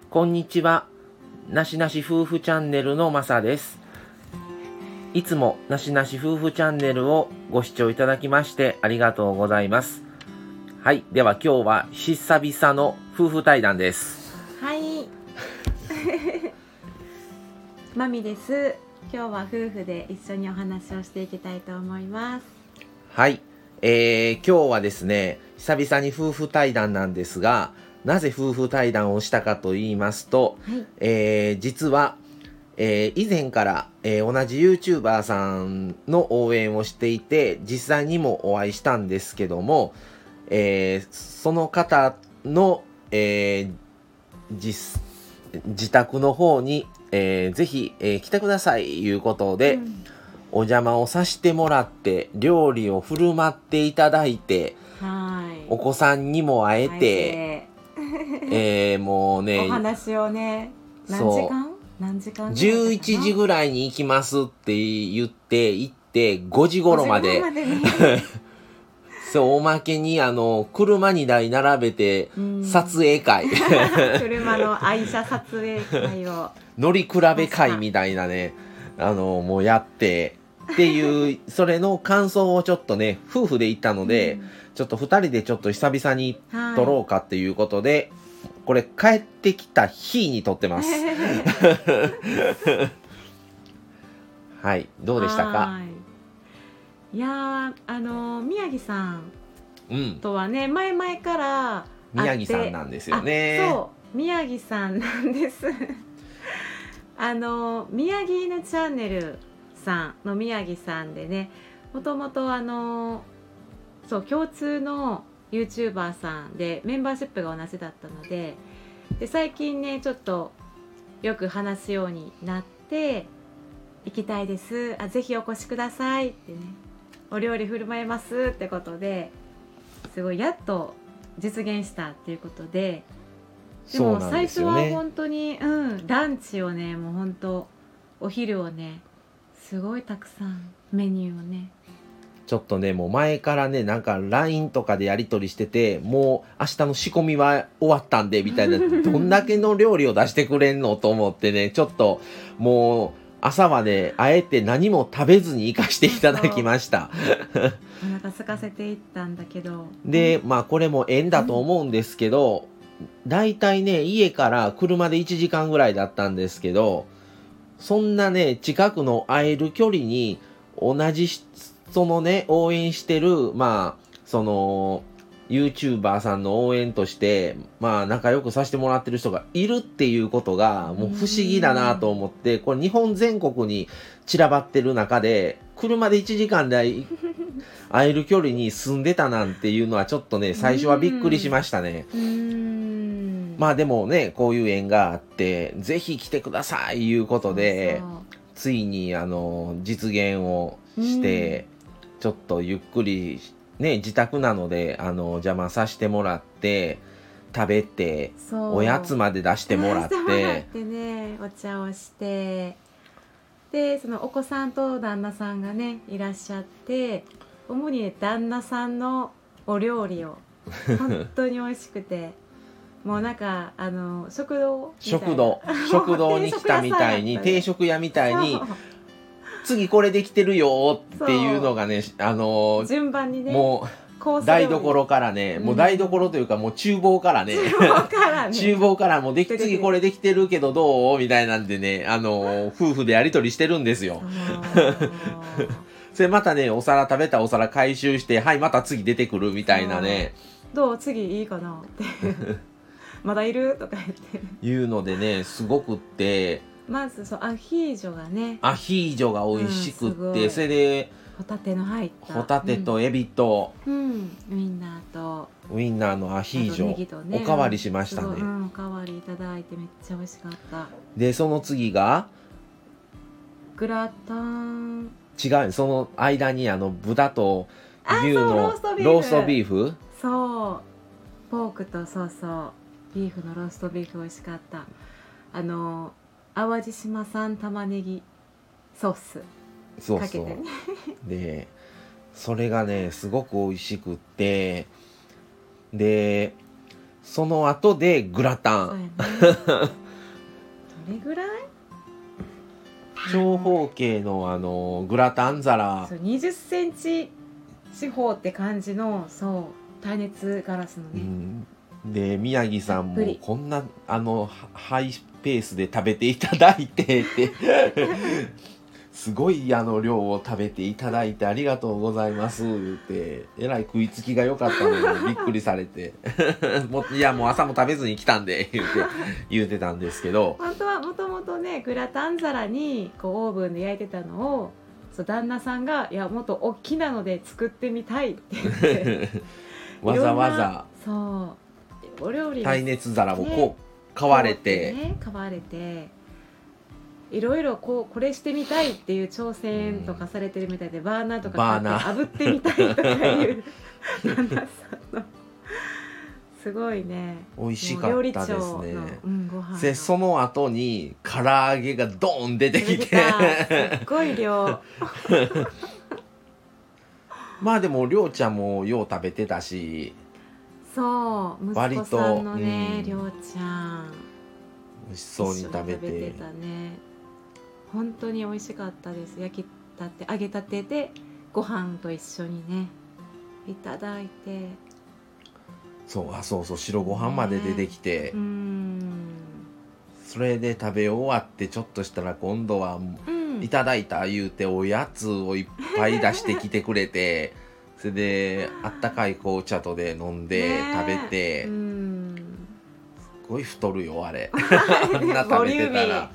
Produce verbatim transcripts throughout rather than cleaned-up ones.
こんにちは。なしなし夫婦チャンネルのまさです。いつもなしなし夫婦チャンネルをご視聴いただきましてありがとうございます。はい。では今日は久々の夫婦対談です。 はいマミです。今日は夫婦で一緒にお話をしていきたいと思います。 はい。えー、今日はですね、久々に夫婦対談なんですが、なぜ夫婦対談をしたかと言いますと、 はい、 えー、実は、えー、以前から、えー、同じ YouTuber さんの応援をしていて、実際にもお会いしたんですけども、えー、その方の、えー、実自宅の方に、えー、ぜひ、えー、来てくださいいうことで、うん、お邪魔をさせてもらって料理を振る舞っていただいて、はいお子さんにも会えて、えー、もうねお話をね何時間何時間じゅういちじぐらいに行きますって言って行ってごじ頃まで、ね、そうおまけにあの車にだい並べて撮影会車の愛車撮影会を乗り比べ会みたいなねあのもうやってっていうそれの感想をちょっとね夫婦で行ったので、うん、ちょっとふたりでちょっと久々に撮ろうかっていうことで、はい、これ帰ってきた日に撮ってますはいどうでしたか？ いやあの宮城さんとはね、うん、前々から宮城さんなんですよね。 そう宮城さんなんですあの宮城犬チャンネルさんの宮城さんでね、もともとあのそう共通の YouTuber さんでメンバーシップが同じだったので、で最近ねちょっとよく話すようになって行きたいですあぜひお越しくださいってねお料理振る舞いますってことですごいやっと実現したっていうことで、でも最初は本当にう、ね、うんランチをねもう本当お昼をねすごいたくさんメニューをねちょっとねもう前からねなんか ライン とかでやり取りしててもう明日の仕込みは終わったんでみたいなどんだけの料理を出してくれんのと思ってねちょっともう朝はねあえて何も食べずに行かしていただきましたお腹空かせていったんだけどでまあこれも縁だと思うんですけど、うん、だいたいね家から車でいちじかんぐらいだったんですけどそんなね近くの会える距離に同じそのね応援してるまあその YouTuber さんの応援としてまあ仲良くさせてもらってる人がいるっていうことがもう不思議だなと思って、これ日本全国に散らばってる中で車でいちじかんで会える距離に住んでたなんていうのはちょっとね最初はびっくりしましたね。うーんまあでもねこういう縁があってぜひ来てくださいいうことでそうそうついにあの実現をしてちょっとゆっくりね自宅なのであの邪魔させてもらって食べておやつまで出してもらってでねお茶をしてでそのお子さんと旦那さんがねいらっしゃって主に旦那さんのお料理を本当に美味しくてもうなんかあの食堂みたいな食堂食堂に来たみたいに定食屋みたいに次これできてるよっていうのがねあの順番にねもう台所からね、うん、もう台所というかもう厨房からね厨房からね厨房からもうでき次これできてるけどどうみたいなんでねあの夫婦でやり取りしてるんですよそれまたねお皿食べたお皿回収してはいまた次出てくるみたいなねどう次いいかなってまだいるとか言って言うのでねすごくってまずそうアヒージョがねアヒージョが美味しくって、うん、それでホタテの入ったホタテとエビと、 うんうん、ウインナーとウインナーのアヒージョ、ね、おかわりしましたね、 うん、おかわりいただいてめっちゃ美味しかった。 でその次がグラタン違うその間にあの豚と牛のローストビーフそうポークとそうそうビーフのローストビーフ美味しかった。あの淡路島産玉ねぎソースかけてねそうそうでそれがねすごく美味しくってでその後でグラタそうやン。 ねどれぐらい長方形のあのグラタン皿そうにじゅっセンチ四方って感じのそう耐熱ガラスのうね、 ん、で宮城さんもたっぷりこんなあのハハイペースで食べていただいてってすごいあの量を食べていただいてありがとうございます言ってえらい食いつきが良かったのにびっくりされてもういやもう朝も食べずに来たんで言って言うてたんですけど、 本当はもともとねグラタン皿にこうオーブンで焼いてたのをそう旦那さんがいやもっと大きなので作ってみたいって言ってわざわざそうお料理が耐熱皿もこう買われて、 ね、買われていろいろこうこれしてみたいっていう挑戦とかされてるみたいで、バーナーとか買って炙ってみたいとかいう旦那さんのすごいね美味しかったですね。 料理長の、うん、ご飯でその後に唐揚げがドーン出てきて出てきたすっごい量まあでもりょうちゃんもよう食べてたしそう息子さんのねりょうちゃん美味しそうに食べて一緒に食べてたね。本当に美味しかったです。焼きたて揚げたてでご飯と一緒にねいただいて、 そうあそうそう白ご飯まで出てきて、 うーんそれで食べ終わってちょっとしたら今度はうんいただいた言うておやつをいっぱい出してきてくれてそれであったかい紅茶とで飲んでね食べて、 うーんすごい太るよあれあんな食べてたら。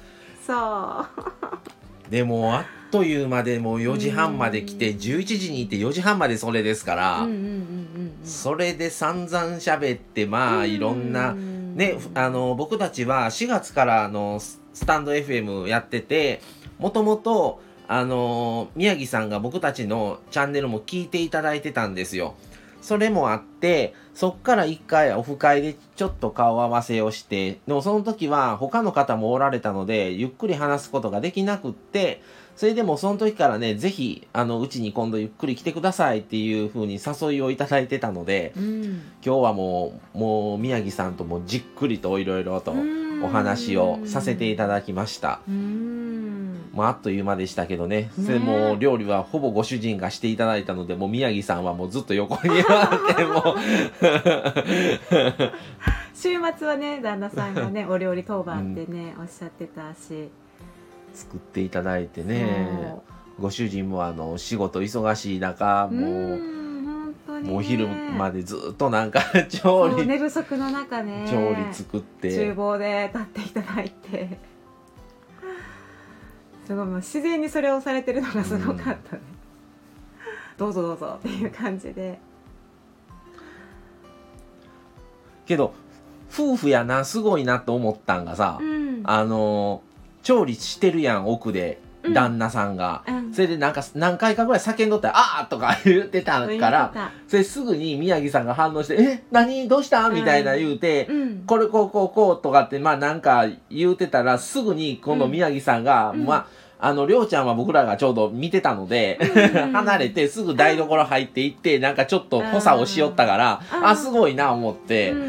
そうでもあっという間でもうよじはんまで来てじゅういちじに行ってよじはんまでそれですから、 うんうんうんうんうんそれで散々喋ってまあいろんなねあの僕たちはしがつからあのスタンド エフエム やっててもともとあの宮城さんが僕たちのチャンネルも聞いていただいてたんですよ。それもあってそっから一回オフ会でちょっと顔合わせをしてでもその時は他の方もおられたのでゆっくり話すことができなくってそれでもその時からねぜひあのうちに今度ゆっくり来てくださいっていう風に誘いをいただいてたのでうん今日はもうもう宮城さんともじっくりといろいろとお話をさせていただきました。 うーんまあ、あっという間でしたけどね。 ねそれもう料理はほぼご主人がしていただいたので、もう宮城さんはもうずっと横にいられて、もう週末はね旦那さんがねお料理当番ってね、うん、おっしゃってたし作っていただいてね。ご主人もあの仕事忙しい中、もう、 うん本当にね、 もうお昼までずっとなんか調理、 寝不足の中ね、 調理作って、 厨房で立っていただいて。すごいもう自然にそれをされてるのがすごかったね、うん、どうぞどうぞっていう感じでけど夫婦やなすごいなと思ったんがさ、うん、あの調理してるやん奥で旦那さんが、うん、それでなんか何回かぐらい叫んどったら「あー」とか言ってたからそれすぐに宮城さんが反応して「え何どうした?」みたいな言うて、うん、これこうこうこうとかってまあなんか言うてたらすぐに今度宮城さんが、うん、まああのりょうちゃんは僕らがちょうど見てたので、うん、離れてすぐ台所入っていってなんかちょっと補佐をしよったからあすごいな思って、うん、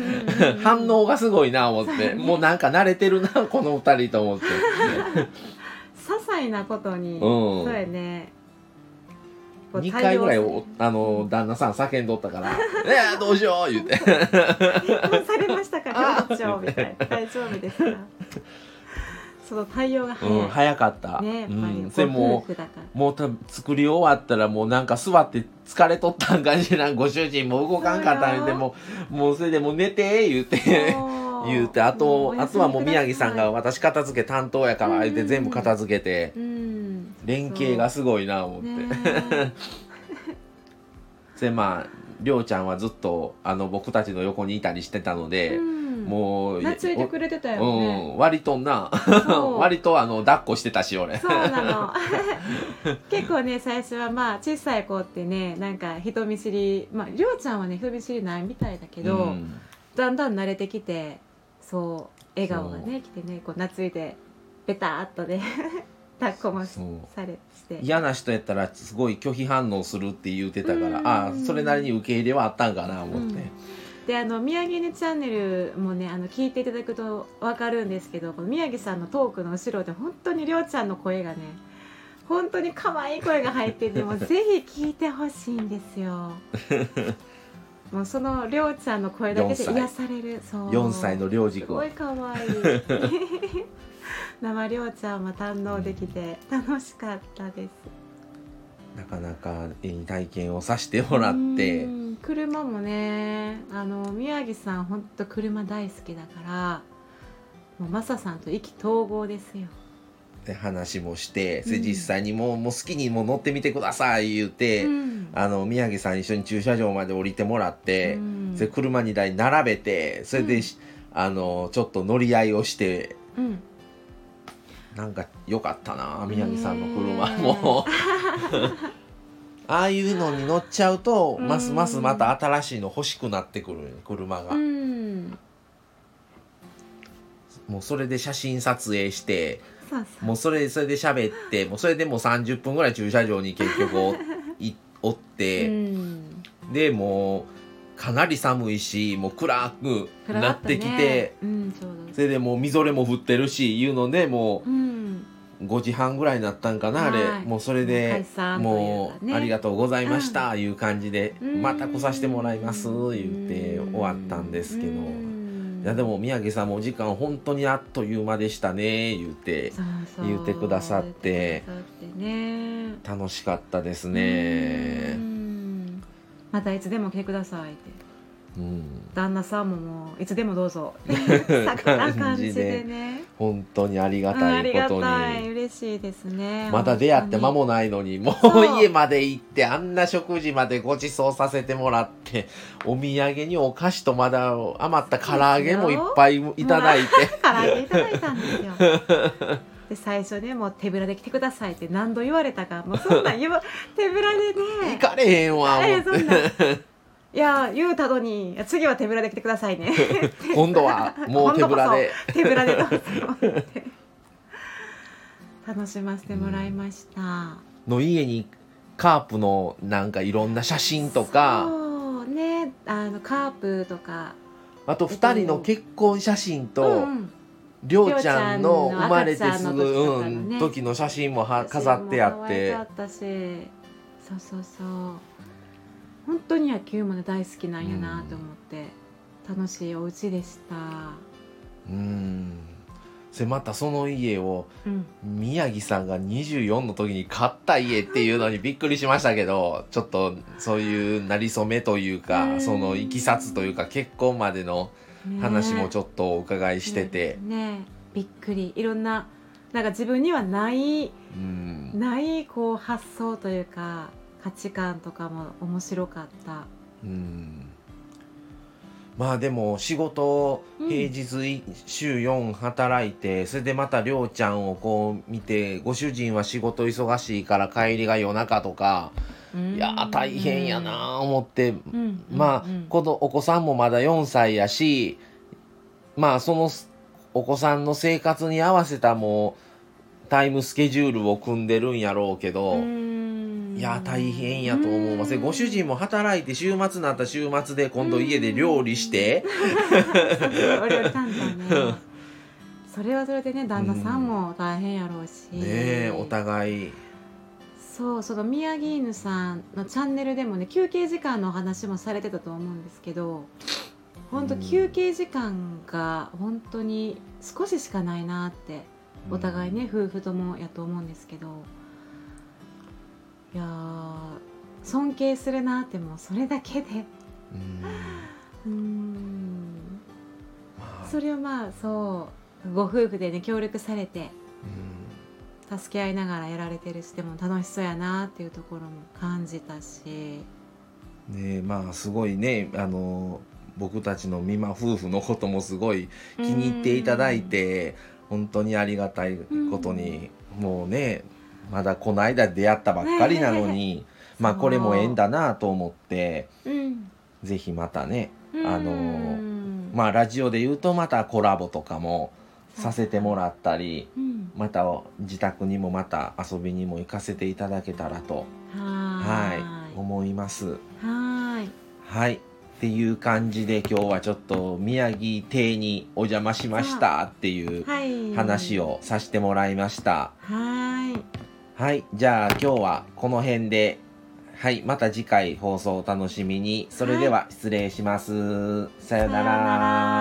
反応がすごいな思ってもうなんか慣れてるなこの二人と思って。 些細なことに、うん、そうやねにかいぐらいあの旦那さん叫んどったから「えー、どうしよう」言うて「 どうされましたか料理長」みたいな「大丈夫ですか?」その対応が早い、うん、 早かったねやっぱり、うん、 それもうもう多分作り終わったらもうなんか座って疲れとったんかしらご主人も動かんかったんでもうもうそれでもう寝て言うて言うてあとあとはもう宮城さんが私片付け担当やから言うて全部片付けて、うん、連携がすごいな思って、ね、でまありょうちゃんはずっとあの僕たちの横にいたりしてたので、うん、もう懐いてくれてたよね、 うん、割とな割とあの抱っこしてたし俺そうなの結構ね最初はまあ小さい子ってねなんか人見知りまありょうちゃんはね人見知りないみたいだけど、うん、だんだん慣れてきてそう笑顔がねきてねこう懐いてベターっとね抱っこもされして嫌な人やったらすごい拒否反応するって言うてたからああそれなりに受け入れはあったんかな思って、 であの宮城犬チャンネルもねあの聞いていただくと分かるんですけど、この宮城さんのトークの後ろで本当にりょうちゃんの声がね本当に可愛い声が入っててもうぜひ聞いてほしいんですよ。もうそのりょうちゃんの声だけで癒される。そうよんさいのりょうじくんすごい可愛い生りょうちゃんも堪能できて楽しかったです。 なかなかいい体験をさせてもらって、 車もねあの宮城さん本当車大好きだからもうマサさんと意気投合ですよ。 で話もして、それ実際にもう、もう好きにもう乗ってみてください言うて、うん、あの宮城さん一緒に駐車場まで降りてもらって、うん、それ車にだい並べてそれで、うん、あのちょっと乗り合いをして、うん、なんか良かったな宮城さんの車もああいうのに乗っちゃうとますますまた新しいの欲しくなってくる車が、うん、もうそれで写真撮影してそうそうもうそれそれで喋ってもうそれでもうさんじゅっぷんぐらい駐車場に結局 お, いおって、うん、でもうかなり寒いしもう暗くなってきて、ねうん、それでもうみぞれも降ってるしいうのでもう、うんごじはんぐらいになったんかなあれもうそれでもうありがとうございましたいう感じでまた来させてもらいます言って終わったんですけど、いやでも宮城さんもお時間本当にあっという間でしたね言って言ってくださって楽しかったですね。 またいつでも来てくださいって、うん、旦那さんももういつでもどうぞな感じでね本当にありがたいことに、うん、ありがたい嬉しいですね。 まだ出会って間もないのにもう家まで行ってあんな食事までご馳走させてもらってお土産にお菓子とまだ余った唐揚げもいっぱいいただいて唐揚げいただいたんですよで最初ねもう手ぶらで来てくださいって何度言われたかもうそんなん言わ手ぶらでね行かれへんわ思ってそんないや言うたのに次は手ぶらで来てくださいね今度はもう手ぶらで手ぶらでどうぞって楽しませてもらいました、うん、 の家にカープのなんかいろんな写真とかそうねあのカープとかあとふたりの結婚写真と、うんうんりょうちゃんの生まれてすぐの時、ねうん、時の写真もは飾ってあって可愛かったしそうそうそう本当に野球もね大好きなんやなと思って、うん、楽しいお家でした。 うんそれまたその家を、うん、宮城さんがにじゅうよんの時に買った家っていうのにびっくりしましたけどちょっとそういうなりそめというかそのいきさつというか結婚までの話もちょっとお伺いしててね, ね, ねびっくりいろんななんか自分にはない、うん、ないこう発想というか価値観とかも面白かった。 うんまあでも仕事平日週よん働いて、うん、それでまたりょうちゃんをこう見てご主人は仕事忙しいから帰りが夜中とかいや大変やな思って、うん、まあ、うん、このお子さんもまだよんさいやしまあそのお子さんの生活に合わせたもうタイムスケジュールを組んでるんやろうけどいや大変やと思います。ご主人も働いて週末になった週末で今度家で料理してお料理担当ねそれはそれでね旦那さんも大変やろうし、 うん、ねえお互いそうその宮城犬さんのチャンネルでもね休憩時間のお話もされてたと思うんですけど本当休憩時間が本当に少ししかないなってお互いね、うん、夫婦ともやと思うんですけどいや尊敬するなってもうそれだけでうーんそれをまあそうご夫婦でね協力されて助け合いながらやられてるしでも楽しそうやなっていうところも感じたしねまあすごいねあの僕たちの美馬夫婦のこともすごい気に入っていただいて本当にありがたいことにもうねまだこの間出会ったばっかりなのに、ね、まあこれも縁だなと思って、うん、ぜひまたねあのまあラジオで言うとまたコラボとかもさせてもらったり、うん、また自宅にもまた遊びにも行かせていただけたらとはい思います。 はいはいっていう感じで今日はちょっと宮城邸にお邪魔しましたっていうはい話をさせてもらいました。 はいはい、じゃあ今日はこの辺で、はい、また次回放送お楽しみに。それでは失礼します。さよなさようなら。 ら。